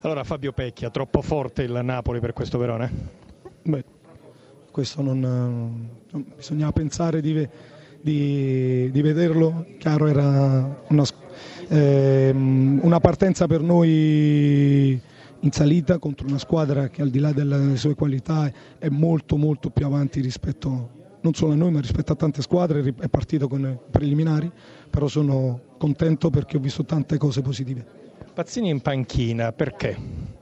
Allora Fabio Pecchia, troppo forte il Napoli per questo Verone? Beh, questo bisognava pensare di vederlo. Chiaro, era una partenza per noi in salita contro una squadra che al di là delle sue qualità è molto molto più avanti rispetto non solo a noi ma rispetto a tante squadre. È partito con i preliminari, però sono contento perché ho visto tante cose positive. Pazzini in panchina, perché?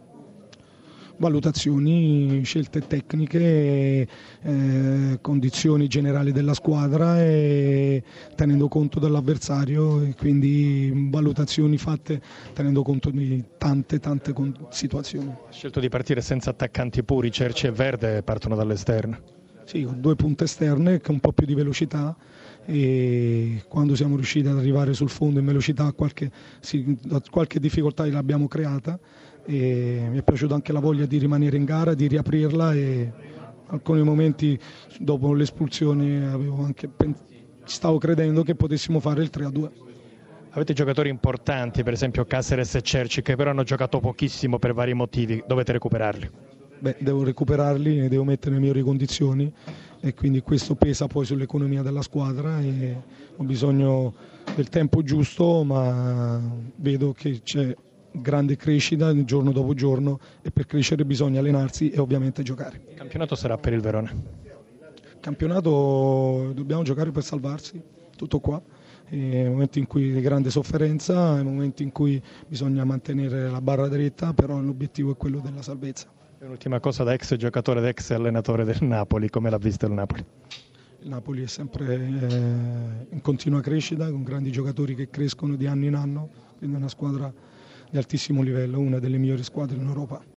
Valutazioni, scelte tecniche, condizioni generali della squadra e tenendo conto dell'avversario, e quindi valutazioni fatte tenendo conto di tante situazioni. Ha scelto di partire senza attaccanti puri, Cerci e Verde partono dall'esterno. Sì, con due punte esterne con un po' più di velocità, e quando siamo riusciti ad arrivare sul fondo in velocità qualche difficoltà l'abbiamo creata, e mi è piaciuta anche la voglia di rimanere in gara, di riaprirla, e in alcuni momenti dopo l'espulsione stavo credendo che potessimo fare il 3-2. Avete giocatori importanti, per esempio Caceres e Cerci, che però hanno giocato pochissimo per vari motivi, dovete recuperarli. Devo recuperarli e devo mettere le migliori condizioni, e quindi questo pesa poi sull'economia della squadra, e ho bisogno del tempo giusto, ma vedo che c'è grande crescita giorno dopo giorno, e per crescere bisogna allenarsi e ovviamente giocare. Il campionato sarà per il Verone. Il campionato dobbiamo giocare per salvarsi, tutto qua. Nei momenti in cui di grande sofferenza, nei momenti in cui bisogna mantenere la barra dritta, però l'obiettivo è quello della salvezza. Un'ultima cosa da ex giocatore ed ex allenatore del Napoli, come l'ha visto il Napoli? Il Napoli è sempre in continua crescita, con grandi giocatori che crescono di anno in anno, quindi è una squadra di altissimo livello, una delle migliori squadre in Europa.